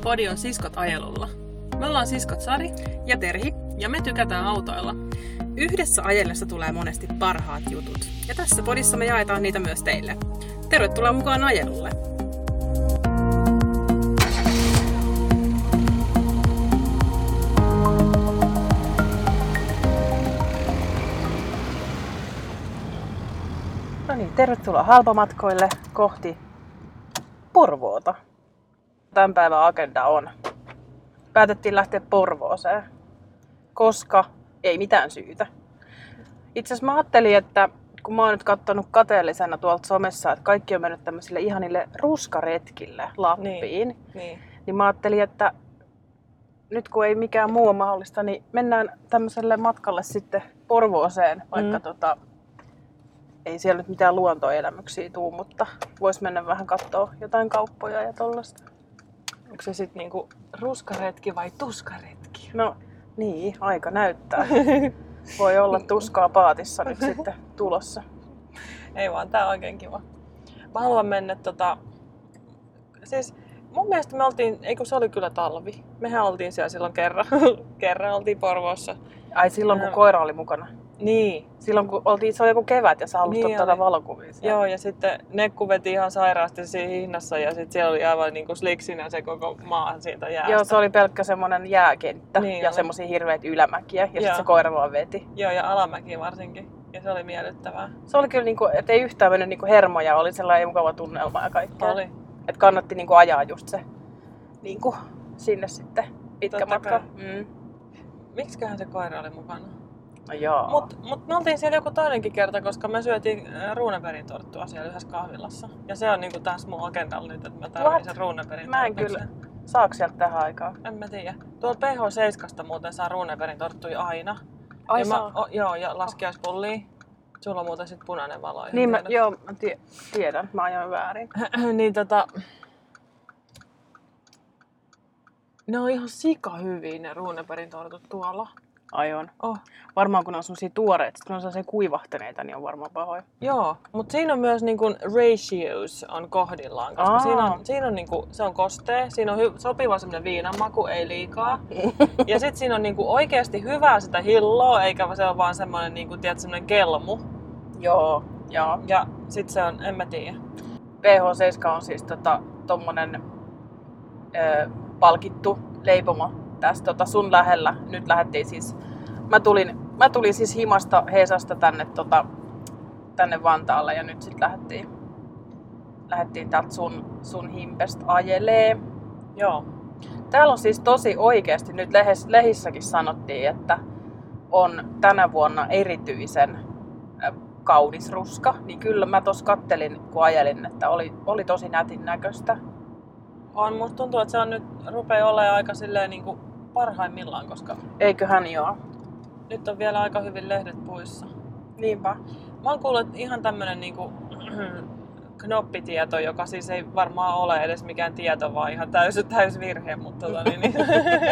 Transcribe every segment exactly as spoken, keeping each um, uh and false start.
podi on Siskot ajelulla. Me ollaan siskot Sari ja Terhi ja me tykätään autoilla. Yhdessä ajellessa tulee monesti parhaat jutut. Ja tässä podissa me jaetaan niitä myös teille. Tervetuloa mukaan ajelulle! No niin, tervetuloa halpamatkoille kohti Porvoota. Tämän päivän agenda on. Päätettiin lähteä Porvooseen, koska ei mitään syytä. Itse asiassa mä ajattelin, että kun mä oon nyt katsonut kateellisena tuolta somessa, että kaikki on mennyt tämmöisille ihanille ruskaretkille Lappiin, niin, niin. niin mä ajattelin, että nyt kun ei mikään muu ole mahdollista, niin mennään tämmöiselle matkalle sitten Porvooseen, vaikka mm. tota, ei siellä nyt mitään luontoelämyksiä tuu, mutta vois mennä vähän kattoo jotain kauppoja ja tollaista. Onko se sitten niinku ruskaretki vai tuskaretki? No niin, aika näyttää. Voi olla tuskaa paatissa nyt sitten tulossa. Ei vaan, tää on oikein kiva. Mä haluan mennä tota... Siis mun mielestä me oltiin, ei kun se oli kyllä talvi. Mehän oltiin siellä silloin kerran. kerran oltiin Porvoossa. Ai silloin kun koira oli mukana? Niin. Silloin kun oltiin, se oli joku kevät ja sä halusit niin ottaa valokuvia siellä. Joo, ja sitten Nekku veti ihan sairaasti siinä hihnassa ja sitten siellä oli aivan niinku sliksinä se koko maa siitä jäästä. Joo, se oli pelkkä semmonen jääkenttä niin ja oli. semmosia hirveitä ylämäkiä ja sitten se koira vaan veti. Joo, ja alamäkiä varsinkin. Ja se oli miellyttävää. Se oli kyllä niinku, et ei yhtään mennyt niinku hermoja, oli sellainen mukava tunnelma ja kaikkea. Oli. Et kannatti niinku ajaa just se niinku sinne sitten pitkä Totta matka. kai. Mm. Miksiköhän se koira oli mukana? No joo. Mut, mut me oltiin siellä joku toinenkin kerta, koska me syötiin Runebergin torttua siellä yhdessä kahvilassa. Ja se on niinku taas mun agendalla nyt, että mä tarvitsen sen Runebergin Mä en kyllä. Saaks sieltä tähän aikaan? En mä tiedä. Tuolta P H seitsemän muuten saa Runebergin torttuja aina. Ai ja saa? mä, o, joo, ja laskiaispullia. Sulla on muuten sit punainen valo. Niin mä, joo, mä tie, tiedän. Mä ajoin väärin. niin tota... Ne on ihan sika hyviä ne Runebergin tortut tuolla. Ai on. Oh. Varmaan kun on semmosia tuoreita, kun on sellaisia kuivahtaneita, niin on varmaan pahoja. Joo, mutta siinä on myös niin kuin ratios on kohdillaan, koska Aa. siinä on, siinä on niin kuin, se on kostea, siinä on hy, sopiva semmoinen viinanmaku, ei liikaa. Ja sitten siinä on niin kuin oikeasti hyvää sitä hilloa, eikä se ole vaan semmoinen niin kuin, tiedät, semmoinen kelmu. Joo, joo. Ja sitten se on, en mä tiedä. P H seitsemän on siis tota, tommonen ö, palkittu leipomo tässä tota, sun lähellä. Nyt lähdettiin siis, mä tulin, mä tulin siis himasta Heesasta tänne, tota, tänne Vantaalle ja nyt sitten lähdettiin, lähdettiin täältä sun, sun himpestä ajelee. Joo. Täällä on siis tosi oikeasti, nyt lehes, lehissäkin sanottiin, että on tänä vuonna erityisen kaunis ruska. Niin kyllä mä tossa kattelin, kun ajelin, että oli, oli tosi nätin näköistä. On, musta tuntuu, että se on nyt rupeaa olemaan aika silleen niin kuin parhaimmillaan, koska... Eiköhän joo. Nyt on vielä aika hyvin lehdet puissa. Niinpä. Mä oon kuullut, että ihan tämmönen niinku knoppitieto, joka siis ei varmaan ole edes mikään tieto, vaan ihan täys, täys virhe, mutta tota, niin, niin.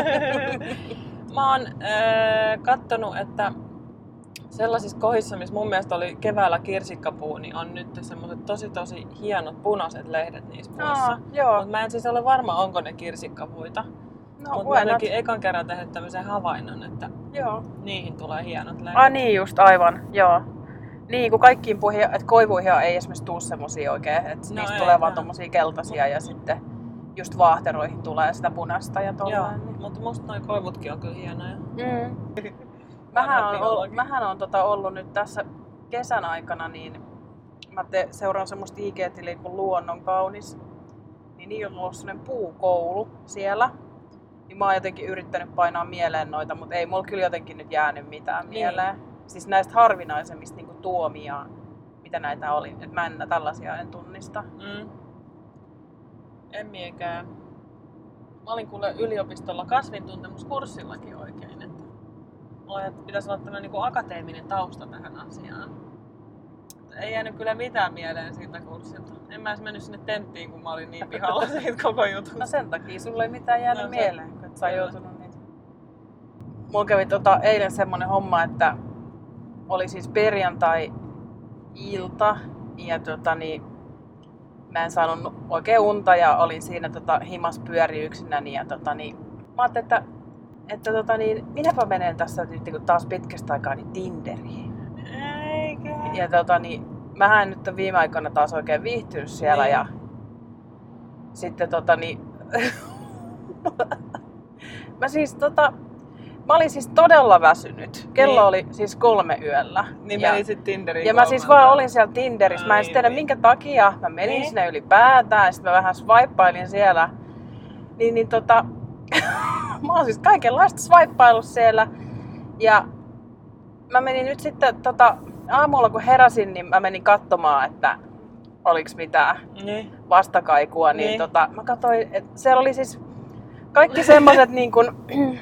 Mä oon äh, kattonut, että sellaisissa kohdissa, missä mun mielestä oli keväällä kirsikkapuu, niin on nyt semmoiset tosi tosi hienot punaiset lehdet niissä puissa. Aa, joo. Mut mä en siis ole varma, onko ne kirsikkapuita. No, Mutta mä ainakin ekan kerran tehnyt tämmöisen havainnon, että joo. niihin tulee hienot lehdet. Ai niin just, aivan, joo. Niin, kun kaikkiin puihin, että koivuihin ei esimerkiksi tuu semmosia oikein, että No niistä ei, tulee vaan no. tommosia keltaisia ja sitten just vaahteroihin tulee sitä punaista ja Joo, tolleen. Niin. mutta musta noi koivutkin on kyllä hienoja. Mm. Mähän on, ollut, mähän on tota ollut nyt tässä kesän aikana, niin mä te, seuraan semmoista I G-tiliä kuin Luonnon kaunis. Niin niillä on ollut semmonen puukoulu siellä. Niin mä oon jotenkin yrittänyt painaa mieleen noita, mutta ei mulla kyllä jotenkin nyt jäänyt mitään niin. mieleen. Siis näistä harvinaisemmista niinku tuomia, mitä näitä oli. Et mä en tällaisia en tunnista. Mm. En miekään. Mä olin kuule yliopistolla kasvintuntemuskurssillakin oikein, että mulla pitäisi olla tämmönen niinku akateeminen tausta tähän asiaan. Ei jäänyt kyllä mitään mieleen siitä kurssilta. En mä edes mennyt sinne tenttiin, kun mä olin niin pihalla siitä koko jutusta. No sen takia sulle ei mitään jäänyt No, se- mieleen, kun et sä Kyllä. joutunut niitä. Mulla kävi tota eilen semmonen homma, että oli siis perjantai-ilta ja tota niin, mä en saanut oikein unta ja olin siinä tota, himas pyöri yksinäni. Ja tota, niin, mä ajattelin, että, että tota, niin, minäpä menen tässä nyt niin taas pitkästä aikaa niin Tinderiin. Eikä. Ja tota, niin, mähän en nyt ole viime aikoina taas oikein viihtynyt siellä. Niin. Ja sitten tota niin... mä siis tota... Mä olin siis todella väsynyt. Kello Niin. oli siis kolme yöllä. Niin ja, meni sit Tinderiin. ja mä siis vaan olin siellä Tinderissä. Mä en Ai tiedä niin. minkä takia. Mä menin Niin. sinne ylipäätään ja sit mä vähän swipeailin siellä. Niin, niin tota... mä oon siis kaikenlaista swipeailut siellä. Ja mä menin nyt sitten tota... aamulla kun heräsin, niin mä menin katsomaan, että oliks mitään Niin. vastakaikua. Niin, Niin. tota... mä katsoin, että siellä oli siis kaikki semmoset niin kun...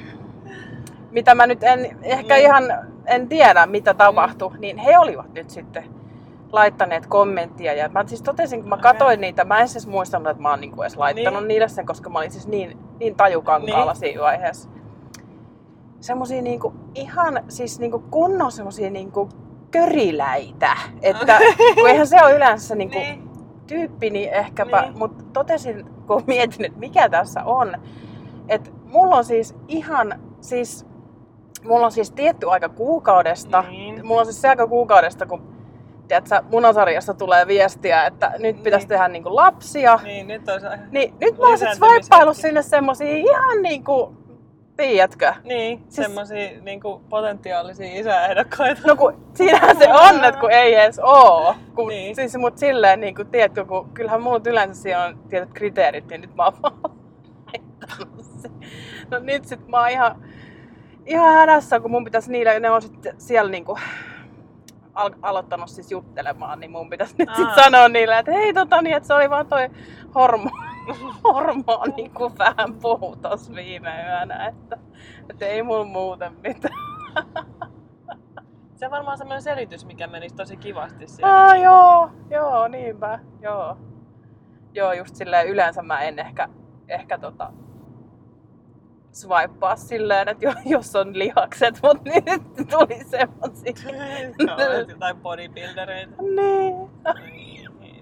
mitä mä nyt en ehkä Niin. ihan en tiedä, mitä tapahtui, mm. niin he olivat nyt sitten laittaneet kommenttia. Ja mä siis totesin, kun mä katsoin niitä, mä en siis muistanut, että mä oon niinku edes laittanut Niin. niille sen, koska mä olin siis niin, niin tajukankaalla Niin. siinä vaiheessa. Semmosia niinku ihan siis niinku kunnon semmosia niinku köriläitä. Että kun eihän se ole yleensä se niinku Niin. tyyppi, niin ehkäpä, Niin. mutta totesin, kun mietin, että mikä tässä on, että mulla on siis ihan, siis, mulla on siis tietty aika kuukaudesta, Niin. mulla on siis se aika kuukaudesta, kun tiedätkö, munasarjasta tulee viestiä, että nyt pitäisi Niin. tehdä niinku lapsia, Niin, nyt olisi... niin nyt mä oon sit swipeailu sinne semmosia ihan niinku, tiedätkö? Niin, Siis- siis... semmosia niinku potentiaalisia isäehdokkaita. No kun siinähän se on, että kun ei edes oo. Kun, Niin. siis mut silleen, niin kun, tiedätkö, kun kyllähän mulla yleensä siellä on tietyt kriteerit, niin nyt mä oon vaan laittanut sen. No nyt sit mä oon ihan, ihan hädässä, kun mun pitäisi niillä, ne on sitten siellä niinku al- aloittanut siis juttelemaan, niin mun pitäisi nyt sit Aa. sanoa niille, että hei tota niin, että se oli vaan toi hormo, hormoni, kun vähän puhutas viime yönä, että, että ei mulla muuten mitään. Se on varmaan semmoinen selitys, mikä menisi tosi kivasti siellä. Aa, joo, joo, niinpä, joo. Joo, just silleen yleensä mä en ehkä, ehkä tota swipea silleen, että jo- jos on lihakset, mut nyt tuli semmosia. Olet jotain bodybuildereita. Niin. Niin.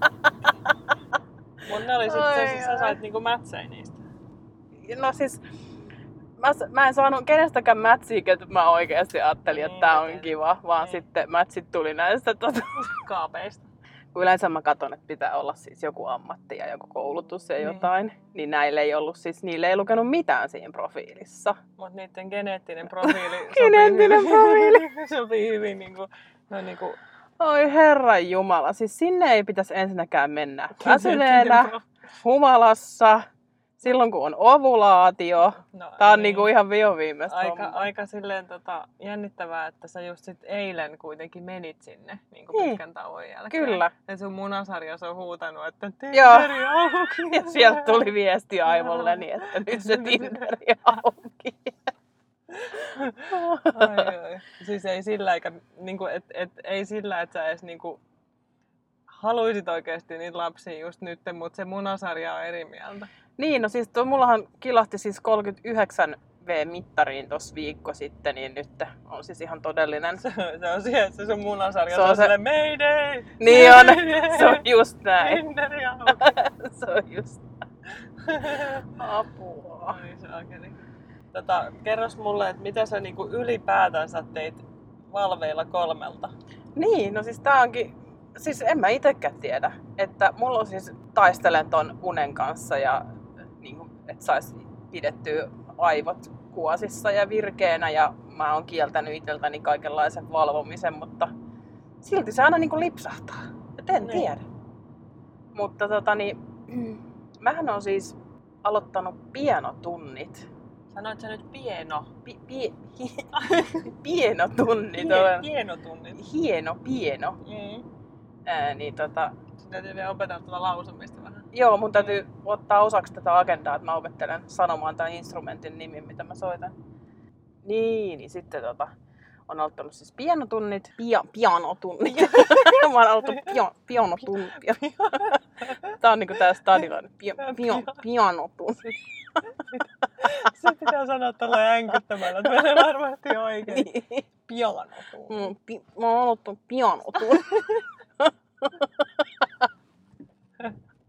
Mut ne oli sit, Ai, sä, sä ai. sait niinku mätsejä niistä. No siis, mä, s- mä en saanut kenestäkään mätsiä, että mä oikeasti ajattelin, että Niin, tää on miten? kiva, vaan Niin. sitten mätsit tuli näistä tota. Kaapeista. Kun yleensä mä katson, että pitää olla siis joku ammatti ja joku koulutus ja Niin. jotain, niin näillä ei ollut siis, niille ei lukenut mitään siinä profiilissa. Mut niitten geneettinen profiili sopii Geneettinen hyvin, profiili. sopii hyvin niinku, no niinku... Oi herran jumala, siis sinne ei pitäisi ensinnäkään mennä väsyneenä, humalassa, silloin kun on ovulaatio. No, Tää on niin. niinku ihan vioviimeistä Aika, hommaa. aika silleen tota, jännittävää, että sä just sit eilen kuitenkin menit sinne niin kuin Niin. pitkän tauon jälkeen. Kyllä. Ja sun munasarjas on huutanut, että Joo. Tinderi auki. Ja sieltä tuli viesti aivolleni, että nyt se Tinderi auki. Ai, ai. Siis ei sillä, eikä, niinku, et, et, ei sillä, että sä edes niinku, haluisit oikeasti niitä lapsia just nyt, mutta se munasarja on eri mieltä. Niin, no siis tuo, mullahan kilahti siis kolmekymmentäyhdeksän V-mittariin tossa viikko sitten, niin nyt on siis ihan todellinen. Se, se on siellä, se sun munasarja, Se se on on se- silleen, Mayday! Niin on, Mayday! se on just näin. Tinderi auki. Se on just apua. Ai saakeli. Tota, kerros mulle, että mitä sä niinku ylipäätänsä teit Valveilla kolmelta? Niin, no siis tää onkin, siis en mä itekään tiedä, että mulla on siis taistelen ton unen kanssa ja niin kuin, että sais pidettyä aivot kuosissa ja virkeänä ja mä oon kieltänyt iteltäni kaikenlaisen valvomisen, mutta silti se aina niin kuin lipsahtaa. Et en Niin. tiedä. Mutta tota niin, mähän on siis aloittanut pienotunnit. Sanoit sä nyt pieno? Pi, pie, hi, pienotunnit Pie, olen. pienotunnit. Hieno, pieno. Mm. Ää, niin tota, Sinä täytyy vielä opetella tuota lausumista vähän. joo, mun täytyy ottaa osaksi tätä agendaa, että mä opettelen sanomaan tämän instrumentin nimi, mitä mä soitan. Niin, niin sitten tota, on aloittanut siis pianotunnit. Pia, pianotunnit. mä oon aloittanut pia, pianotunnit. Tää on niinku tää stadion. Pia, pia, pianotunnit. Se pitää sanoa tällä änkyttämällä, että menee varmasti oikein. Niin. Pianotunnit. Mm, pi, mä oon aloittanut pianotunnit.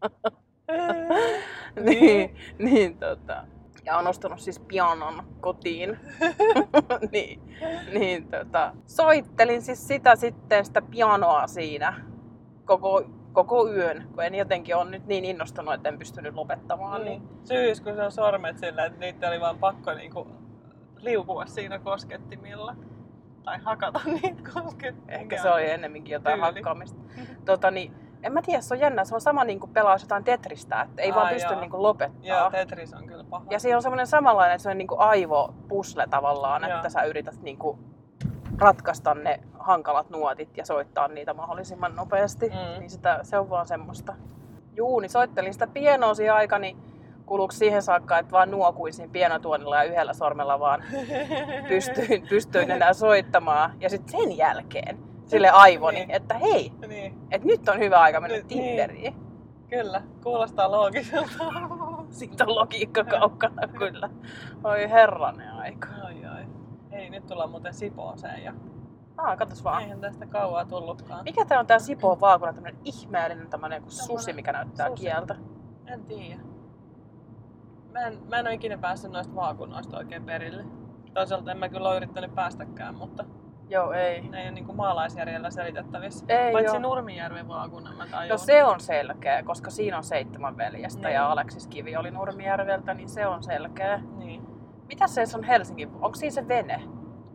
niin, niin tota. Ja on ostanut siis pianon kotiin. niin, niin tota. Soittelin siis sitä sitten, sitä pianoa siinä koko, koko yön, kun en jotenkin ole nyt niin innostunut, että en pystynyt lopettamaan. Mm. Niin. Syys, kun se on sormet sillä, että niitä oli vaan pakko niinku liukua siinä koskettimilla. Tai hakata niitä koskettimia. Ehkä se oli ennemminkin jotain Tyyli. hakkaamista. tota, niin, en mä tiedä, se on jännä. Se on sama niin kuin pelaisi jotain Tetristä, että ei Ai vaan pysty joo. niin kuin lopettaa. Joo, Tetris on kyllä paha. Ja siinä on semmoinen samanlainen, että se on niin kuin aivopusle tavallaan, Joo. että sä yrität niin kuin ratkaista ne hankalat nuotit ja soittaa niitä mahdollisimman nopeasti. Mm. Niin sitä, se on vaan semmoista. Juu, niin soittelin sitä pienoa siihen aikani. Kuluuko siihen saakka, että vaan nuokuisin pienotuonilla ja yhdellä sormella vaan pystyin, pystyin enää soittamaan. Ja sitten sen jälkeen sille aivoni, Niin. että hei, Niin, että nyt on hyvä aika mennä Nyt- Tinderiin. kyllä. Kuulostaa loogiselta. Siitä on logiikka kaukana kyllä. Oi herranen aika. Ai ai. Ei, nyt tullaan muuten Sipooseen ja Ah, katos vaan. eihän tästä kauaa tullutkaan. Mikä tää on tää Sipoon vaakuna, tämmönen ihmeellinen tämmönen joku Tämmönen susi, mikä näyttää susi. kieltä. En tiedä. Mä en, mä en ole ikinä päässyt noista vaakunoista oikein perille. Toisaalta en mä kyllä ole yrittänyt päästäkään, mutta Joo, ei. ne ei ole niinku maalaisjärjellä selitettävissä. Ei Paitsi oo. Nurmijärven vaakuna mä tajun. No se on selkeä, koska siinä on seitsemän veljestä Niin. ja Aleksis Kivi oli Nurmijärveltä, niin se on selkeä. Niin. Mitä se on Helsingin? Onko siinä se vene?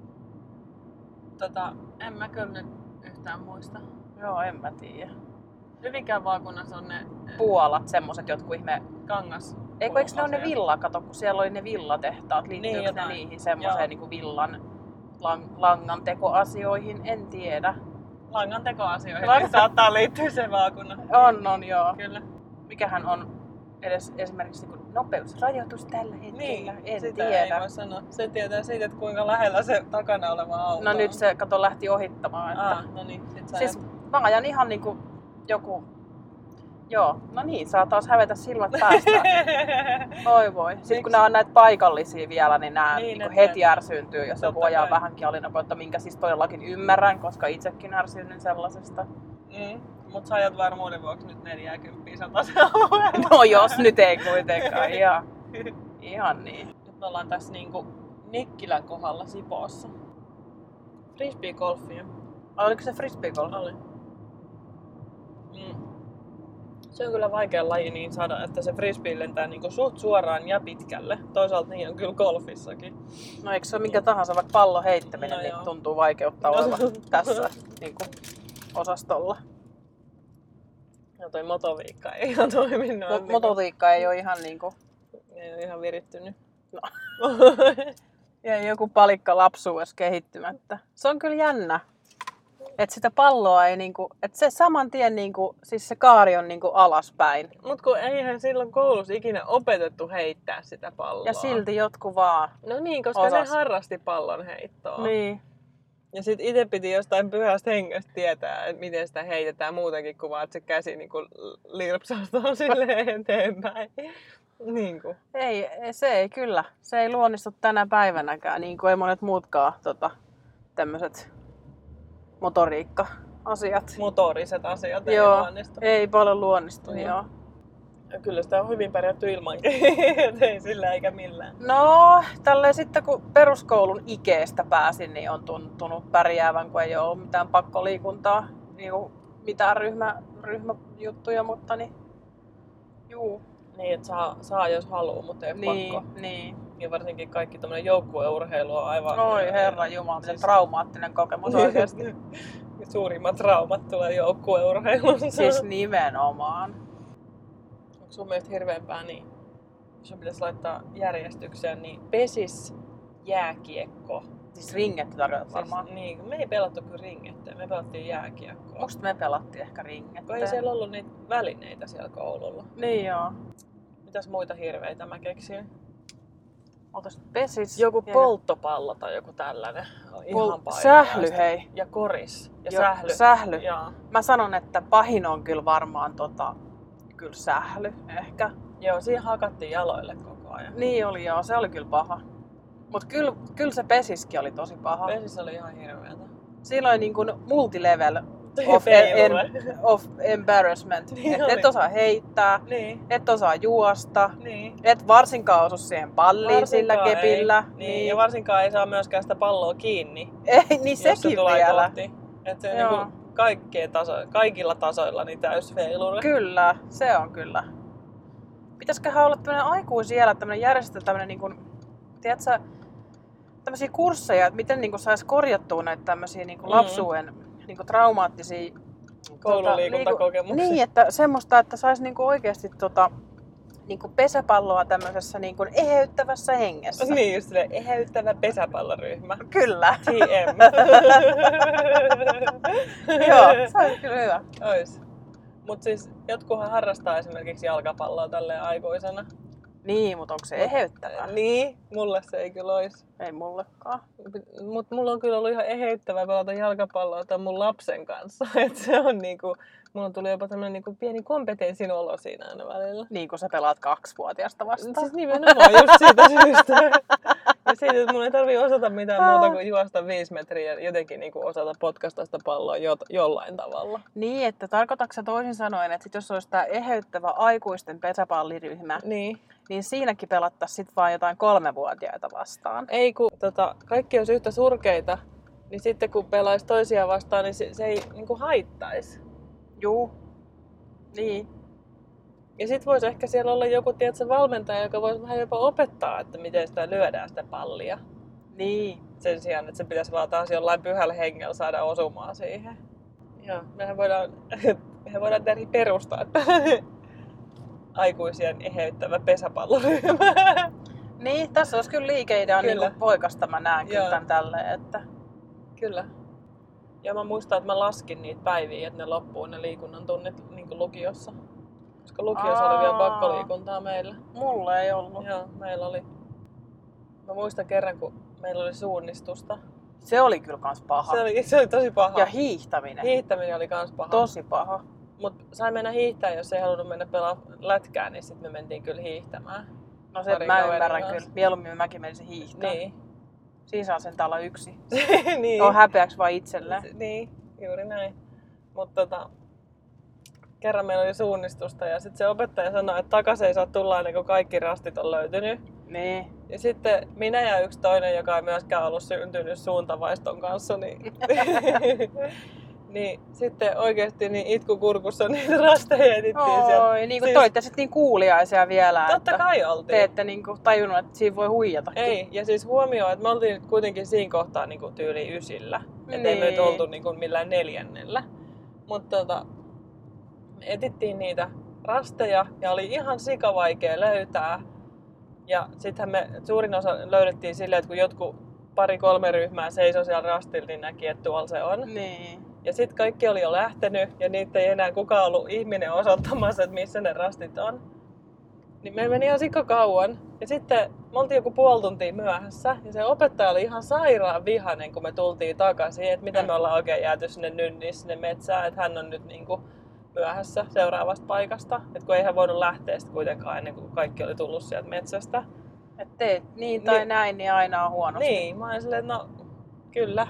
Tota, en mä kyllä nyt yhtään muista. Joo, en mä tiedä. Hyvinkään vaakunassa on ne eh, Puolat, semmoset jotkut ihme... kangas. Eikö eikö ne ole ne asiat. villa? Kato, kun siellä oli ne villatehtaat. Liittyykö Niin, ne jotain. niihin Joo. semmoiseen niin kuin villan lang, langantekoasioihin? En tiedä. Langan tekoasioihin, Langan- niin saattaa liittyä se vaakuna. On, on joo. Kyllä. Mikähän on edes esimerkiksi niin kuin nopeusrajoitus tällä hetkellä? Niin, en sitä tiedä. ei voi sanoa. Se tietää siitä, että kuinka lähellä se takana oleva auto No on. nyt se kato lähti ohittamaan. Että... Ah, no niin, sit sä Siis mä ajan ihan niinku joku... Joo, no niin, saa taas hävetä silmät päästä. Oi voi. Sitten kun Miksi? nämä on näitä paikallisia vielä, niin nämä Niin, niin ne heti tietää. ärsyyntyy, jos joku Totta ajaa kai. vähänkin alinopeutta, minkä siis todellakin ymmärrän, koska itsekin ärsyynnyn sellaisesta. Mm. Mut sä ajat varmuuden vuoksi nyt neljäkymmentä sataisen alueella. No jos nyt ei kuitenkaan, ihan, ihan niin. Nyt me ollaan tässä niinku Nikkilän kohdalla Sipoossa. Frisbee-golfia. Oliko se frisbeegolf? Oli. Mm. Se on kyllä vaikea laji niin saada, että se frisbee lentää niinku suht suoraan ja pitkälle. Toisaalta niin on kyllä golfissakin. No eikö se ole minkä tahansa, vaikka pallon heittäminen, No niin joo. tuntuu vaikeuttaa No. olevan tässä niin kuin, osastolla. Ja toi motoviikka ei ihan toiminut. Mut mototiikka ei ole ihan niinku... Ei ole ihan virittynyt. No. Jäi joku palikka lapsuudessa kehittymättä. Se on kyllä jännä, että sitä palloa ei niinku, että se saman tien niinku, siis se kaari on niinku alaspäin. Mut kun eihän silloin koulussa ikinä opetettu heittää sitä palloa. Ja silti jotkut vaan. No niin, koska osas. ne harrasti pallon heittoa. Niin. Ja sit itse piti jostain pyhästä hengestä tietää, että miten sitä heitetään muutenkin kuin vaan, että se käsi niinku lirpsahtaa silleen eteenpäin. Niinku. Ei, se ei kyllä. Se ei luonnistu tänä päivänäkään, niin kuin ei monet muutkaan tota, tämmöiset motoriikka-asiat. Motoriset asiat ei Joo, onnistu. ei paljon luonnistu, Mm. joo. Ja kyllä sitä on hyvin pärjätty ilmankin, et ei sillä eikä millään. No, tälleen sitten kun peruskoulun ikeestä pääsin, niin on tuntunut pärjäävän, kun ei ole ollut mitään pakkoliikuntaa, niin kuin mitään ryhmä, ryhmäjuttuja, mutta niin, juu. Niin, että saa, saa jos haluaa, mutta ei ole Niin, pakko. niin. Ja varsinkin kaikki tommonen joukkueurheilu on aivan... Oi herra jumala, miten Siis- traumaattinen kokemus oikeasti. Suurimmat traumat tulee joukkueurheilussa. Siis nimenomaan. Onko sun mielestä hirveämpää niin, jos sun pitäisi laittaa järjestykseen, niin pesis, jääkiekko. Siis ringettä tarkoitat varmaan. Siis, niin, me ei pelattu kyllä ringettä, me pelattiin jääkiekkoa. Musta me pelattiin ehkä ringettä. Kun ei siellä ollut niitä välineitä siellä koululla. Niin joo. Mitäs muita hirveitä mä keksin? Otas pesis. Joku ja- polttopallo tai joku tällainen. On Pol- ihan painavaa. sähly, hei. Ja koris. Ja Joo, sähly. sähly. Joo. Mä sanon, että pahin on kyllä varmaan tota, kyllä sähly ehkä. Joo, siihen hakattiin jaloille koko ajan. Niin oli joo, se oli kyllä paha. Mut kyllä, kyllä se pesiskin oli tosi paha. Pesis oli ihan hirveätä. Siinä oli niin kuin multilevel of, en, of embarrassment. Niin et, oli. et osaa heittää, Niin. et osaa juosta, Niin. et varsinkaan osu siihen palliin sillä Varsinkaan kepillä. Ei. Niin. Ja varsinkaan ei saa myöskään sitä palloa kiinni, Ei, niin jos se sekin tulee vielä. kohti. Et se Joo. niinku kaikkeen taso, kaikilla tasoilla niin täys feiluri. Kyllä, se on kyllä. Pitäisiköhän olla tämmönen aikuisiellä, tämmönen järjestö, tämmönen niinku, tiedätkö, tämmösiä kursseja, että miten niinku sais korjattua näitä tämmösiä niinku Mm. lapsuuden niinku traumaattisia Koululiikuntakokemuksia. Niin, että semmoista, että sais niinku oikeesti tota, niinku pesäpalloa tämmöisessä niinku eheyttävässä hengessä. Niin, just silleen eheyttävä pesäpalloryhmä. Kyllä. T M. Joo, se olisi kyllä hyvä. Ois. Mut siis jotkuhan harrastaa esimerkiksi jalkapalloa tälleen aikuisena. Niin, mutta onko se eheyttävää? Niin, mulle se ei kyllä ois. Ei mullekaan. Mut mulla on kyllä ollut ihan eheyttävää pelata jalkapalloa tämän mun lapsen kanssa. Et se on niinku, mulla tuli jopa tämmönen niinku pieni kompetenssin olo siinä aina välillä. Niin kuin sä pelaat kaksivuotiaasta vastaan. Siis nimenomaan just siitä syystä. Ja siitä, että mun ei tarvii osata mitään muuta kuin juosta viisi metriä ja jotenkin niinku osata potkasta sitä palloa jo, jollain tavalla. Niin, että tarkoitatko sä toisin sanoen, että sit jos olisi tää eheyttävä aikuisten pesäpalliryhmä, Niin. niin siinäkin pelattaisiin sit vaan jotain kolmevuotiaita vastaan. Ei kun tota, kaikki olisi yhtä surkeita, niin sitten kun pelaisi toisia vastaan, niin se, se ei niinku haittaisi. Juu. Niin. Ja sit voisi ehkä siellä olla joku tiedätkö, valmentaja, joka voisi vähän jopa opettaa, että miten sitä lyödään sitä pallia. Niin. Sen sijaan, että se pitäisi vaan taas jollain pyhällä hengellä saada osumaan siihen. Joo, mehän voidaan, mehän voidaan tehdä perustaa, että aikuisien eheyttävä pesäpalloryhmä. Niin, tässä olisi kyllä liikeidea Kyllä. niin poikasta mä näen kyllä Joo. tän tälleen, että Kyllä. Ja mä muistan, että mä laskin niitä päiviä, että ne loppuu ne liikunnan tunnit niin kuin lukiossa. Koska lukiossa Aa. oli vielä pakkoliikuntaa meillä. mulla ei ollut. Joo, meillä oli. Mä muistan kerran, kun meillä oli suunnistusta. Se oli kyllä kans paha. Se oli, se oli tosi paha. Ja hiihtäminen. Hiihtäminen oli kans paha. Tosi paha. Mut sai mennä hiihtää, jos ei halunnut mennä pelaa lätkää, niin sitten me mentiin kyllä hiihtämään. No se Parin mä kaverin ymmärrän kanssa. kyllä. Mieluummin mäkin menisin hiihtää. Niin. Siinä saa sen olla yksi. niin. On häpeäks vaan itselleen. Niin, juuri näin. Mutta tota, kerran meillä oli suunnistusta ja sitten se opettaja sanoi, että takaisin ei saa tulla ennen kuin kaikki rastit on löytynyt. Niin. Ja sitten minä ja yksi toinen, joka ei myöskään ollut syntynyt suuntavaiston kanssa, niin, niin sitten oikeasti niin itku kurkussa niitä rasteja etittiin sieltä. Oi, niin kuin Siis- te olitte sit niin kuuliaisia vielä, Totta että kai oltiin. te ette niin kuin tajunnut, että siinä voi huijatakin. Ei, ja siis huomioon, että me oltiin nyt kuitenkin siinä kohtaa niin kuin tyyli ysillä. Että ei me nyt Niin. oltu niin kuin millään neljännellä. Mutta tota, me etittiin niitä rasteja ja oli ihan sikavaikea löytää. Ja sittenhän me suurin osa löydettiin silleen, että kun jotkut pari-kolme ryhmää seisoi siellä rastilla, niin näki, että tuolla se on. Niin. Ja sitten kaikki oli jo lähtenyt ja niitä ei enää kukaan ollut ihminen osoittamassa, että missä ne rastit on. Niin me meni ihan sikakauan. Ja sitten me oltiin joku puoli tuntia myöhässä. Ja se opettaja oli ihan sairaan vihainen, kun me tultiin takaisin. Että mitä me ollaan oikein jääty sinne nynniin, sinne metsään. Että hän on nyt niinku myöhässä seuraavasta paikasta. Että kun ei hän voinut lähteä sit kuitenkaan ennen kuin kaikki oli tullut sieltä metsästä. Että teet niin tai Niin. näin, niin aina on huonosti. Niin, mä olin silleen, että no kyllä.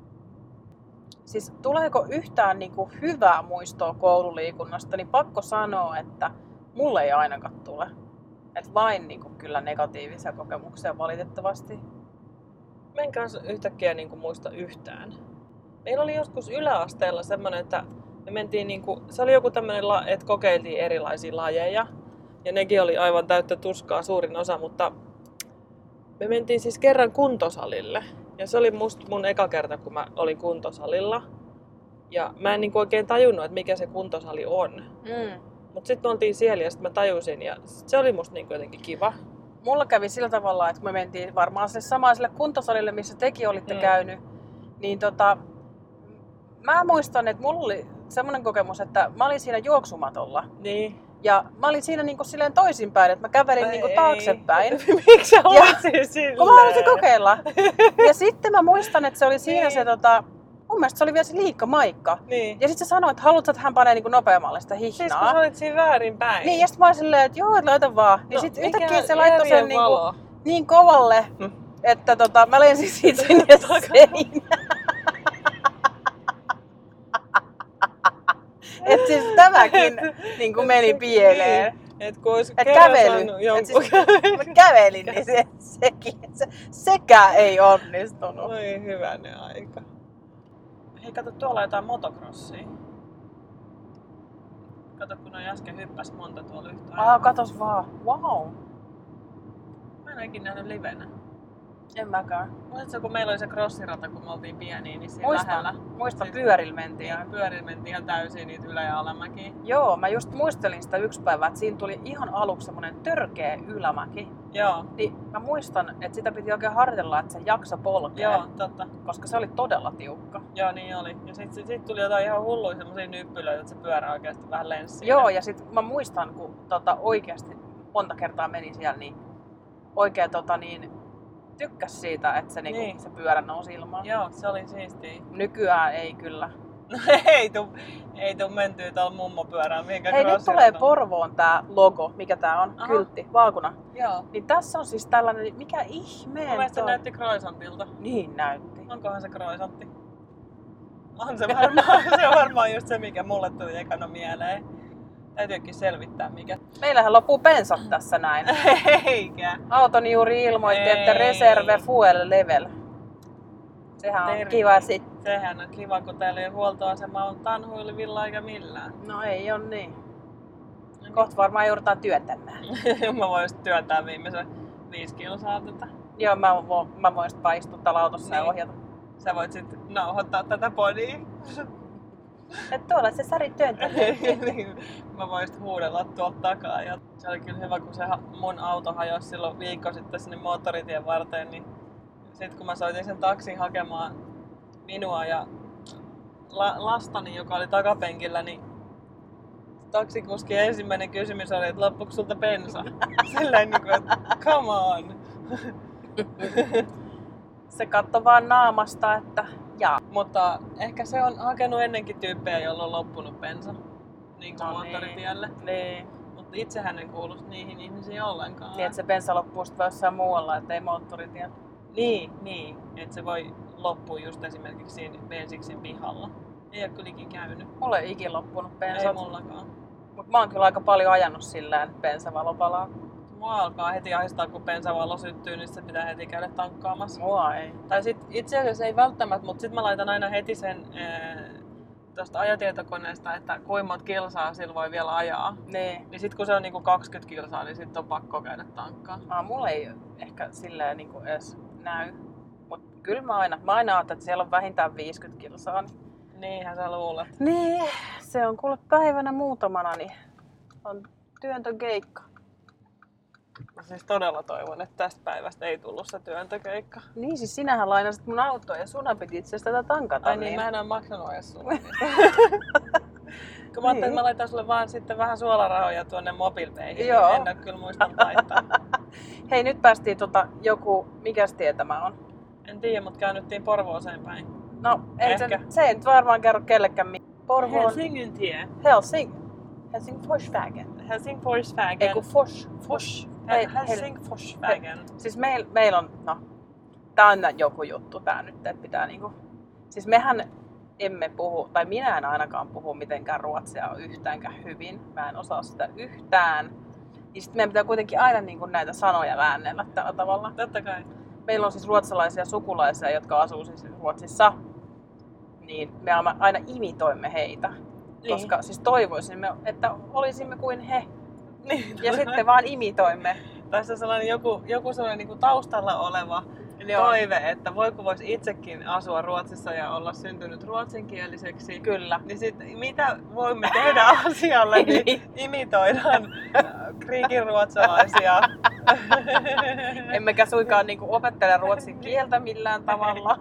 Siis tuleeko yhtään niin kuin hyvää muistoa koululiikunnasta, niin pakko sanoa, että mulle ei ainakaan tule. Et vain niin kuin kyllä negatiivisia kokemuksia valitettavasti. Mä en kanssa yhtäkkiä niinku muista yhtään. Meillä oli joskus yläasteella semmonen, että me mentiin niinku, se oli joku tämmönen, la- että kokeiltiin erilaisia lajeja. Ja nekin oli aivan täyttä tuskaa suurin osa, mutta me mentiin siis kerran kuntosalille. Ja se oli musta mun eka kerta, kun mä olin kuntosalilla. Ja mä en niinku oikein tajunnut, että mikä se kuntosali on. Mm. Mut sit me oltiin siellä ja sit mä tajusin ja sit se oli musta niinku jotenkin kiva. Mulla kävi sillä tavalla, että kun me mentiin varmaan sille samaiselle kuntosalille, missä tekin olitte Mm. käynyt, niin tota, mä muistan, että mulla oli semmoinen kokemus, että mä olin siinä juoksumatolla. Niin. Ja mä olin siinä niinku silleen toisinpäin, että mä kävelin niinku Ei. taaksepäin. Miksi sä olit siis silleen? Kun mä halusin kokeilla. Ja sitten mä muistan, että se oli siinä Niin. se tota, mun mielestä se oli vielä se Liikka Maikka. Niin. Ja sitten se sanoi, että haluatko, että hän panee niinku nopeammalle sitä Siis kun hihnaa. sä olit siinä väärin päin. Niin, ja sitten mä olin silleen, että joo, että laita vaan. Niin No, sitten mikä yhtäkkiä se laittoi sen järjen niinku valo? niin kovalle, Hmm. että tota, mä lensin siitä sinne Takaisin. seinään. siis tämäkin niin kuin meni pieleen. Et kun olisi Et kerran kävely. saanut Et jonkun... siis, mä kävelin, niin se, sekin, se, sekään ei onnistunut. Oi hyvänen aika. Hei, kato, tuolla on jotain motocrossia. Kato, kun noi äsken hyppäs monta tuolla yhtä aikaa. Aa, katos vaan. Wow. Mä en ole ikinä nähnyt livenä. En mäkään. Muistatko, kun meillä oli se crossirata, kun me oltiin pieniä, niin siinä Muistan, lähellä? muistan Siis- pyörillä mentiin. Niin, pyörillä mentiin ihan täysin niitä ylä- ja alamäkiä. Joo, mä just muistelin sitä yksi päivä, että siinä tuli ihan aluksi semmonen törkeä ylämäki. Joo, Niin mä muistan, että sitä piti oikein harjoitella, että se jakso polkea, joo, totta. koska se oli todella tiukka. Joo, niin oli. Ja sit, sit, sit tuli jotain ihan hulluja semmosia nyppylöitä, että se pyörä oikeasti vähän lensi siinä. Joo, ja sit mä muistan, kun tota, oikeasti monta kertaa meni siellä, niin oikein tota, niin, tykkäs siitä, että se, niinku, Niin. se pyörä nousi ilmaan. Joo, se oli siistiä. Nykyään ei kyllä. No ei tuu, ei tuu mentyä tuolla mummopyörään mihinkään Hei, nyt crossirataan. tulee Porvoon tää logo, mikä tää on, Aha. kyltti, vaakuna. Joo. Niin tässä on siis tällainen, mikä Mun ihmeen mielestä se toi- näytti croissantilta. Niin näytti. Onkohan se croissantti? On se varmaan, se on varmaan just se, mikä mulle tuli ekana mieleen. Täytyykin selvittää mikä. Meillähän loppuu pensat tässä näin. Eikä. Autoni juuri ilmoitti, Ei. että reserve fuel level. Sehän on Terve. kiva sit. Sehän on kiva, kun täällä ei ole huoltoasema on tanhuilevilla eikä millään. No ei on niin. Kohta varmaan joudutaan työtämään. Mä voisin työntää viimeisen viisi kilsaa tätä. Joo, mä, vo, mä voin sit vaan istua täällä autossa ja Niin. ohjata. Sä voit sitten nauhoittaa tätä podia. Et tuolla se Sari työntää. Niin, mä voisin huudella tuolta takaa. Ja se oli kyllä hyvä, kun se ha- mun auto hajosi silloin viikko sitten sinne moottoritien varteen. Niin sitten kun mä soitin sen taksin hakemaan minua ja la- lastani, joka oli takapenkillä, niin taksikuski ensimmäinen kysymys oli, että loppuuko sulta bensa? Silleen niin kuin, että come on. Se katto vaan naamasta, että jaa. Mutta ehkä se on hakenut ennenkin tyyppejä, joilla on loppunut bensa. Niin kuin No moottoritielle. Niin. Mutta itsehän en kuulu niihin ihmisiin ollenkaan. Niin, että se bensa loppuu sit vaan jossain muualla, ettei moottoritie. Niin, niin. Että se voi loppua just esimerkiksi siinä bensiksin pihalla. Ei ole kyllä ikin käynyt. Mulla ei ikin loppunut Ei bensat. mullakaan. Mut mä oon kyllä aika paljon ajanut sillä että bensavalo palaa. Mua alkaa heti ahistaa, kun bensavalo syttyy, niin se pitää heti käydä tankkaamassa. Mua ei. Tai sit itse asiassa ei välttämättä, mutta sit mä laitan aina heti sen ee, tuosta ajatietokoneesta, että kuinka monta kilsaa sillä voi vielä ajaa. Niin. Niin sit kun se on niinku kaksikymmentä kilsaa, niin sit on pakko käydä tankkaa. Aa, mulla ei ehkä silleen niinku edes näy. Mut kyllä mä aina, mä aina ajattelen, että siellä on vähintään viisikymmentä kilsaa. Niin, Niinhän sä luulet. niin se on kuule päivänä muutamana, niin on työntökeikka. Mä siis todella toivon, että tästä päivästä ei tullut se työntökeikka. Niin siis sinähän lainasit mun autoa ja sunhan piti itse asiassa tätä tankata. Ai niin, mä en oo maksanut edes sulle. Kun mä ajattelin, että mä laitan sulle vaan sitten vähän suolarahoja tuonne mobiilpeihin, Joo. niin en oo kyllä muistanut laittaa. Hei, nyt päästiin tota joku, mikäs tie tämä on? En tiedä, mutta käännyttiin Porvooseen päin. No, ei se, Ehkä. se ei nyt varmaan kerro kellekään mi- Porvoon Helsingin tie. Helsing. Helsing Forsvägen. Helsing Forsvägen. Ei kun Fors. Fors. Hei, Helsing Forsvägen. Siis meil, meil on, no, tää on joku juttu tää nyt, että pitää niinku... Siis mehän emme puhu, tai minä en ainakaan puhu mitenkään ruotsia yhtäänkään hyvin. Mä en osaa sitä yhtään. Niin sit meidän pitää kuitenkin aina niinku näitä sanoja väännellä tällä tavalla. Totta kai. Meillä on siis ruotsalaisia sukulaisia, jotka asuu siis Ruotsissa. Niin me aina imitoimme heitä. Niin. Koska siis toivoisimme, että olisimme kuin he. Niin, Ja sitten vaan imitoimme. tässä on sellainen joku, joku sellainen niin kuin taustalla oleva Joo. toive, että voiko voisi itsekin asua Ruotsissa ja olla syntynyt ruotsinkieliseksi. Kyllä. Niin sitten mitä voimme tehdä asialle, niin imitoidaan kriikin ruotsalaisia. Emmekä suinkaan niinku opettele ruotsin kieltä millään tavalla.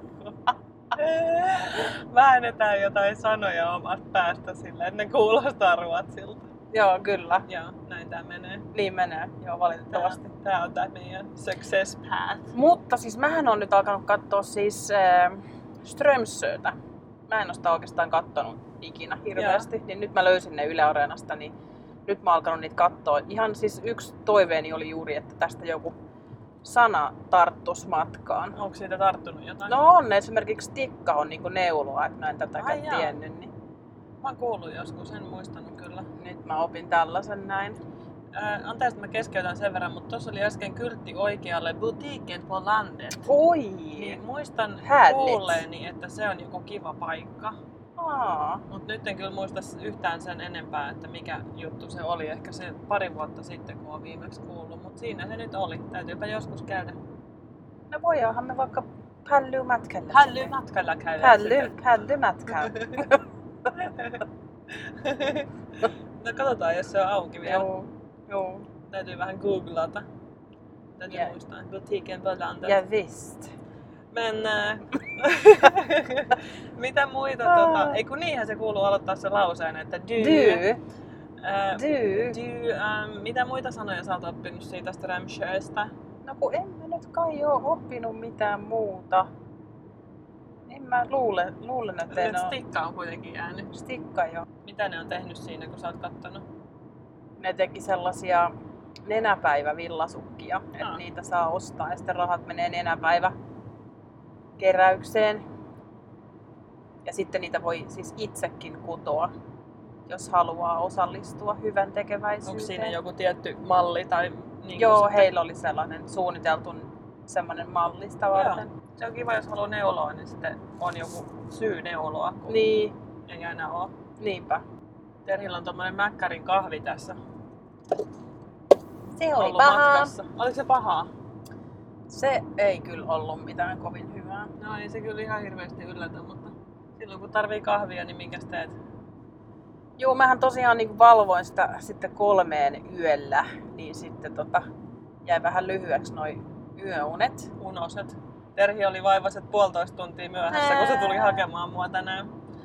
Väännetään jotain sanoja omasta päästä sillä, että ne kuulostaa ruotsilta. Joo, kyllä. Joo, näin tää menee. Niin menee, joo valitettavasti. Tää, tää on tää meidän success path. Mutta siis mähän on nyt alkanut katsoa siis äh, Strömsötä. Mä en oo sitä oikeastaan kattonut ikinä hirveästi. Niin nyt mä löysin ne Yle Areenasta, niin nyt mä oon alkanut niitä katsoa. Ihan siis yksi toiveeni oli juuri, että tästä joku sana tarttus matkaan. Onko siitä tarttunut jotain? No on, esimerkiksi Tikka on niinku neulua, että mä en tätäkään Ai jaa. tiennyt. Niin Mä oon kuullut joskus, en muistanut kyllä. Nyt mä opin tällaisen näin. Ää, anteeksi, että mä keskeytän sen verran, mutta tuossa oli äsken kyltti oikealle Butiken på landet. Oi! Niin muistan Härligt. kuulleeni, että se on joku kiva paikka. Aa. Mut nyt en kyllä muista yhtään sen enempää, että mikä juttu se oli. Ehkä se pari vuotta sitten, kun on viimeksi kuullut. Mut siinä se nyt oli. Täytyypä joskus käydä. No voidaanhan me vaikka pällymatkalla. Hällymatkalla käydä. Pälly, pällymatkalla. No katsotaan, jos se on auki vielä. Joo. Joo. Täytyy vähän googlata. Täytyy Ja- muistaa. Butiken på landet. Ja visst. Men äh, mitä muita tota, ei kun niinhän se kuuluu aloittaa se lauseen, että du. Du. Äh, Du. du ähm, mitä muita sanoja sä oot oppinut siitä Strömsjöstä? No kun en mä nyt kai oo oppinut mitään muuta. En mä luule, luulen, että en Nyt oo. Stikka on kuitenkin jäänyt. Stikka jo. Mitä ne on tehnyt siinä, kun sä oot kattonut? Ne teki sellaisia nenäpäivävillasukkia, Aa. että niitä saa ostaa ja sitten rahat menee nenäpäivä keräykseen. Ja sitten niitä voi siis itsekin kutoa, jos haluaa osallistua hyvän tekeväisyyteen. Onko siinä joku tietty malli tai niin Joo, sitten- heillä oli sellainen suunniteltu semmoinen mallista varten. Joo. Se on kiva, jos haluaa neuloa, niin sitten on joku syy neuloa, kun Niin, ei aina ole. niinpä. Terhillä on tommonen Mäkkärin kahvi tässä Se oli ollut paha. matkassa. Oliko se pahaa? Se ei kyllä ollut mitään kovin hyvää. No ei se kyllä ihan hirveästi yllätä, mutta silloin kun tarvii kahvia, niin minkäs teet? Joo, mähän tosiaan niin valvoin sitä sitten kolmeen yöllä, niin sitten tota, jäi vähän lyhyeksi noi yöunet. Unoset. Terhi oli vaivaiset puolitoista tuntia myöhässä, kun se tuli hakemaan mua tänään.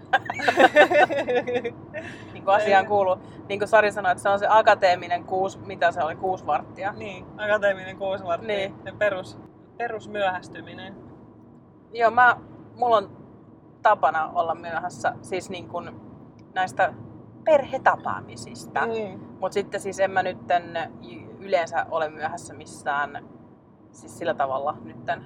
Niin kuin asiaan kuuluu. Niin kuin Sari sanoi, että se on se akateeminen kuusi, mitä se oli, kuusi varttia. Niin, akateeminen kuusi varttia. Niin. Se perus, perusmyöhästyminen. Joo, mä, mulla on tapana olla myöhässä, siis niin kuin näistä perhetapaamisista. Mm. Mutta sitten siis en mä nytten yleensä ole myöhässä missään, siis sillä tavalla nytten,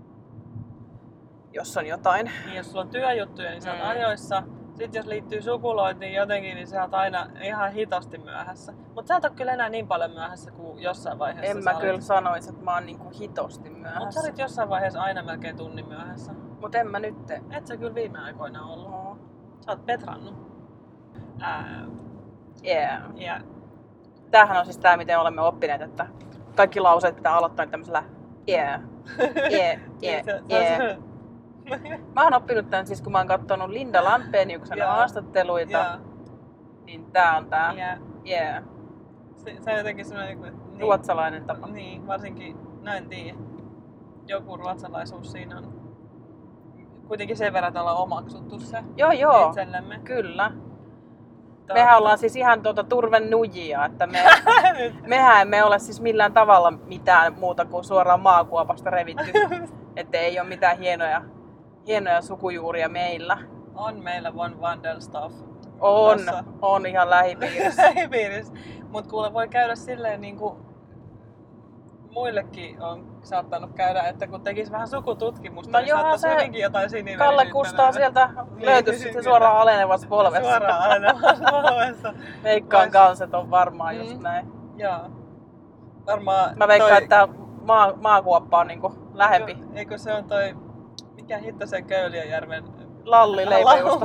jos on jotain. Niin, jos sulla on työjuttuja, niin sä oot Mm. ajoissa. Sitten jos liittyy sukulointiin jotenkin, niin sä oot aina ihan hitosti myöhässä. Mutta sä et ole kyllä enää niin paljon myöhässä kuin jossain vaiheessa En sä mä olit. kyllä sanoisi, että mä oon niinku hitosti Mutta myöhässä. sä olit jossain vaiheessa aina melkein tunnin myöhässä. Mut en mä nyt. Et sä kyllä viime aikoina ollut. No. Sä oot petrannut. Ää, Yeah. ja Tämähän on siis tää, miten olemme oppineet, että kaikki lauseet pitää aloittaa tämmöisellä yeah, yeah, yeah, se- se on yeah. se- Mä oon oppinut tän siis, kun mä oon kattonut Linda Lampeniuksen Joo. haastatteluita, ja, niin tää on tää ja yeah, se, se on jotenkin semmoinen, niin, ruotsalainen tapa. Niin, varsinkin, no en tiedä. Joku ruotsalaisuus siinä on. Kuitenkin sen verran, että ollaan omaksuttu se Joo, joo, itsellemme. kyllä. Tää- Mehän ollaan siis ihan tuota turven nujia, että me, mehän emme ole siis millään tavalla mitään muuta kuin suoraan maakuopasta revitty. Että ei ole mitään hienoja, hienoja sukujuuria meillä. On meillä Von Wandelstaff. On, tossa on ihan lähipiirissä. lähipiirissä. Mut kuule voi käydä silleen niinku muillekin on saattanut käydä, että kun tekis vähän sukututkimusta, No niin johan saattaisi se hyvinkin jotain siniveristä. Kalle Kustaa sieltä löytyisi sitten kyllä. suoraan alenevassa polvessa. Suoraan alenevassa polvessa. Veikkaan Vois- kanssa, että on varmaan Mm. just näin. Joo. Varmaan Mä veikkaan, toi- että maa, maakuoppa on niinku lähempi. Eikö, eikö se on toi, mikä hitto sen Köyliöjärven... Lalli leipäjuusto.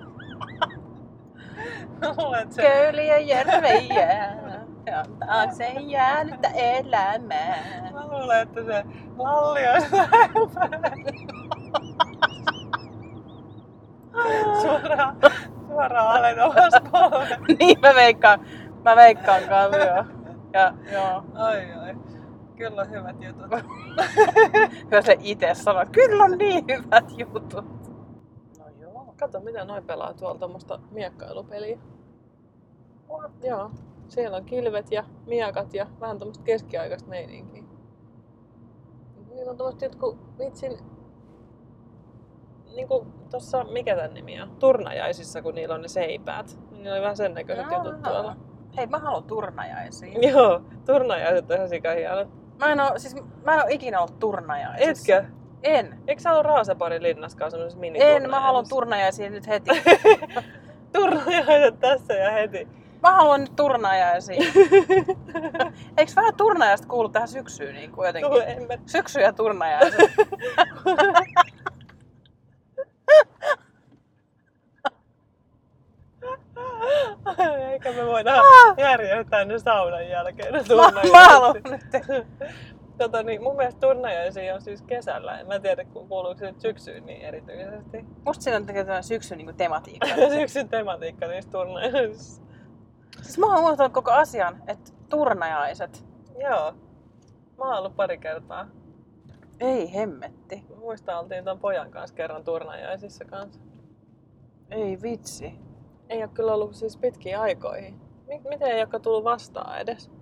Mä luulen, että se... Köyliöjärven jää, ja taakse jäänyttä elämää. Mä luulen, että se lalli on suoraan, suoraan alenevassa polvessa. Niin mä veikkaan, mä veikkaan kanssa joo. Ja joo, Ai ai. Kyllä on hyvät jutut. kyllä se itse sanoo, että kyllä on niin hyvät jutut. No joo. Kato mitä noi pelaa tuolla tommosta miekkailupeliä. Joo. Siellä on kilvet ja miekat ja vähän tommoista keskiaikaista meininkiä. Niillä on tommoset jotkut vitsin... Niinku tossa, mikä tän nimi on? Turnajaisissa, kun niillä on ne seipäät. Niin niillä oli vähän sen näköiset jutut tuolla. Hei, mä haluan turnajaisiin. Joo, turnajaiset on ihan sikahienot. Mä en oo, siis mä en oo ikinä ollut turnajaisissa. Etkö? En. Eikö sä ollut Raaseporin linnaskaan semmoisessa mini En, mä haluan turnajaisiin nyt heti. Turnajaiset tässä ja heti. Mä haluan nyt turnajaisiin. Eikö vähän turnajaista kuulu tähän syksyyn niin kuin jotenkin? Tuo en mä... Syksy ja turnajaiset. Eikä me voida järjestää ne saunan jälkeen ne Mä, turnajaiset. mä haluan nyt. Tota, niin, mun mielestä turnajaisia on siis kesällä. En mä tiedä, kun kuuluuko se nyt syksyyn niin erityisesti. Musta siinä on tämmöinen syksyn niin tematiikka. Syksyn tematiikka niissä turnajaisissa. Siis mä oon unohtanut koko asian, että turnajaiset. Joo. Mä oon ollut pari kertaa. Ei hemmetti. Muistan, oltiin ton pojan kanssa kerran turnajaisissa kanssa. Ei vitsi. Ei oo kyllä ollut siis pitkiin aikoihin. M- miten ei olekaan tullut vastaan edes?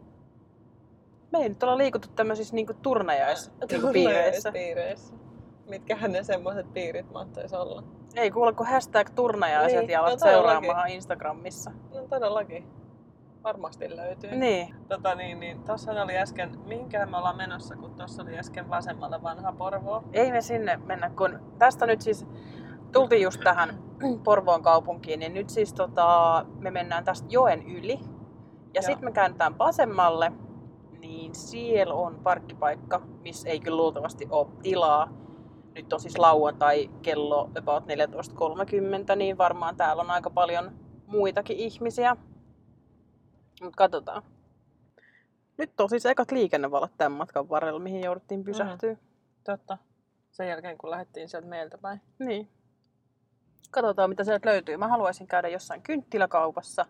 Me ei nyt olla liikuttu tämmöisissä niinku turnajaispiireissä. Turnajaispiireissä. Mitkähän ne semmoiset piirit mahtaisi olla? Ei kuule kuin hashtag turnajaiset Niin, ja alat no todellakin. seuraamaan Instagramissa. No todellakin. Varmasti löytyy. Niin. Tota niin, niin tossa oli äsken, mihinkään me ollaan menossa, kun tossa oli äsken vasemmalle vanha Porvoo. Ei me sinne mennä, kun tästä nyt siis tultiin just tähän Porvoon kaupunkiin, niin nyt siis tota, me mennään tästä joen yli. Ja sitten me käännetään vasemmalle, niin siellä on parkkipaikka, missä ei kyllä luultavasti ole tilaa. Nyt on siis lauantai kello about neljätoista kolmekymmentä, niin varmaan täällä on aika paljon muitakin ihmisiä. Mut katsotaan. Nyt on siis ekat liikennevalot tämän matkan varrella, mihin jouduttiin pysähtyä. Mm. Totta. Sen jälkeen kun lähdettiin sieltä meiltä päin. Niin. Katsotaan mitä sieltä löytyy. Mä haluaisin käydä jossain kynttiläkaupassa,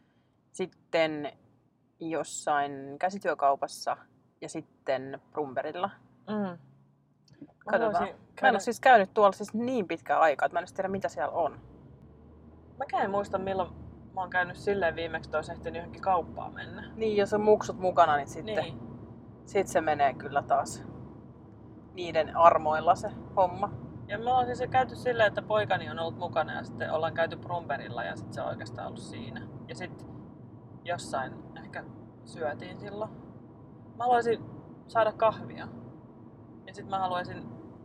sitten jossain käsityökaupassa ja sitten Brumberilla. Mm. Katsotaan. Mä en ole siis käynyt tuolla siis niin pitkään aikaa, että mä en edes tiedä mitä siellä on. Mäkään en muista milloin mä oon käynyt silleen viimeksi, että olisi ehtinyt johonkin kauppaan mennä. Niin, jos on muksut mukana, niin sitten Niin. sit se menee kyllä taas niiden armoilla se homma. Ja me ollaan siis käyty silleen, että poikani on ollut mukana ja sitten ollaan käyty Brumberilla ja sitten se on oikeastaan ollut siinä. Ja sitten jossain ehkä syötiin silloin. Mä haluaisin saada kahvia. Ja sitten mä haluaisin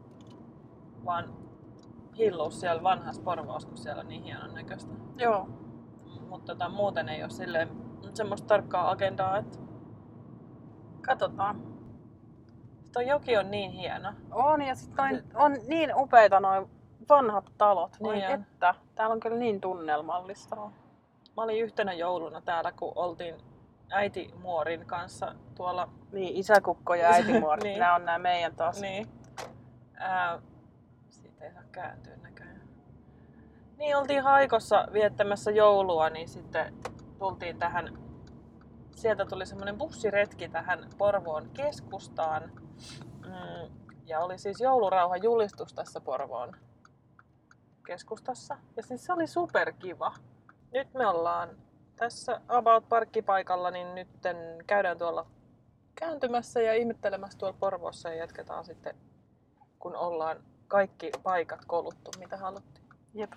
vaan hillua siellä vanhassa Porvoossa, kun siellä on niin hienon näköistä. Joo. Mutta tota, muuten ei ole silleen semmoista tarkkaa agendaa, että Katsotaan. toi joki on niin hieno. On, ja sitten on niin upeita noin vanhat talot. Voi Niin on. että. Täällä on kyllä niin tunnelmallista. Mä olin yhtenä jouluna täällä, kun oltiin äiti Muorin kanssa tuolla. Niin, isäkukko ja äitimuori. Niin. Nämä on nämä meidän taas. Niin. Ää, siitä ei saa kääntyä näköjään. Niin, oltiin Haikossa viettämässä joulua, niin sitten tultiin tähän. Sieltä tuli semmoinen bussiretki tähän Porvoon keskustaan. Mm, ja oli siis joulurauhan julistus tässä Porvoon keskustassa. Ja siis se oli superkiva. Nyt me ollaan tässä about parkkipaikalla, niin nyt käydään tuolla kääntymässä ja ihmettelemässä tuolla Porvoossa ja jatketaan sitten, kun ollaan kaikki paikat koluttu, mitä haluttiin. Jep.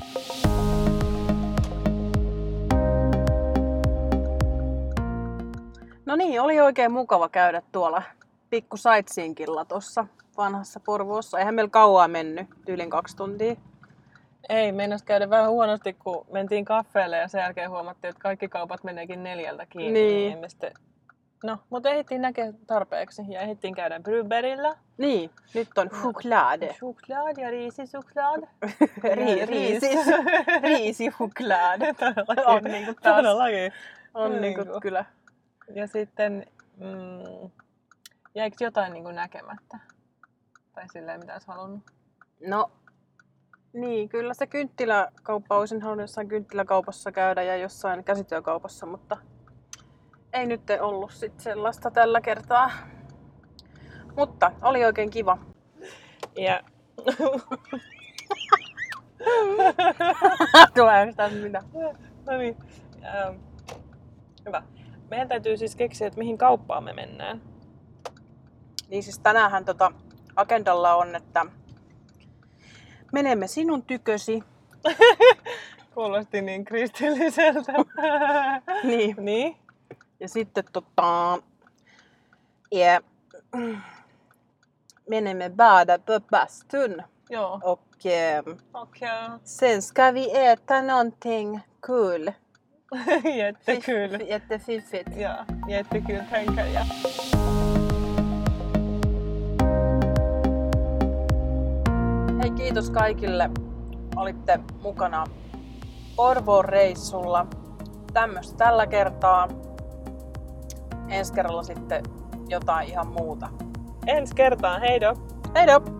No niin, oli oikein mukava käydä tuolla pikku sightseeingilla tuossa vanhassa Porvoossa. Eihän meillä kauaa mennyt, tyylin kaksi tuntia. Ei, meinas käydä vähän huonosti, kun mentiin kaffeelle ja sen jälkeen huomattiin, että kaikki kaupat meneekin neljältä kiinni. Niin. Emme sitten... No, mutta ehdittiin näkeä tarpeeksi ja ehdittiin käydä Brüberillä. Niin, nyt on choklad. Choklad ja riisisuklad. Ri- riisis. Riisichoklad. On niinku taas. Todellakin. On niinku Niinku. kyllä. Ja sitten, mm, jäikö jotain niin kuin näkemättä? Tai silleen, mitä olisi halunnut? No, niin, kyllä se kynttiläkauppa, olisin halunnut jossain kynttiläkaupassa käydä ja jossain käsityökaupassa, mutta ei nyt ollut sit sellaista tällä kertaa. Mutta oli oikein kiva. Ja... Tuleeko tästä mitä? no niin. Ähm, hyvä. Meidän täytyy siis keksiä, että mihin kauppaan me mennään. Niin siis tänäänhän tota agendalla on, että menemme sinun tykösi. Kuulosti niin kristilliseltä. Niin. niin? Ja sitten tota... Ja, menemme bada på bastun. Joo. Och eh, Okej. sen ska vi äta någonting kul. Jättekul. Jättefiffigt. Ja, jättekul tänker jag. Hei, kiitos kaikille. Olitte mukana Porvoon reissulla. Tämmöistä tällä kertaa. Ensi kerralla sitten jotain ihan muuta. Ensi kertaan, heido! Heidop!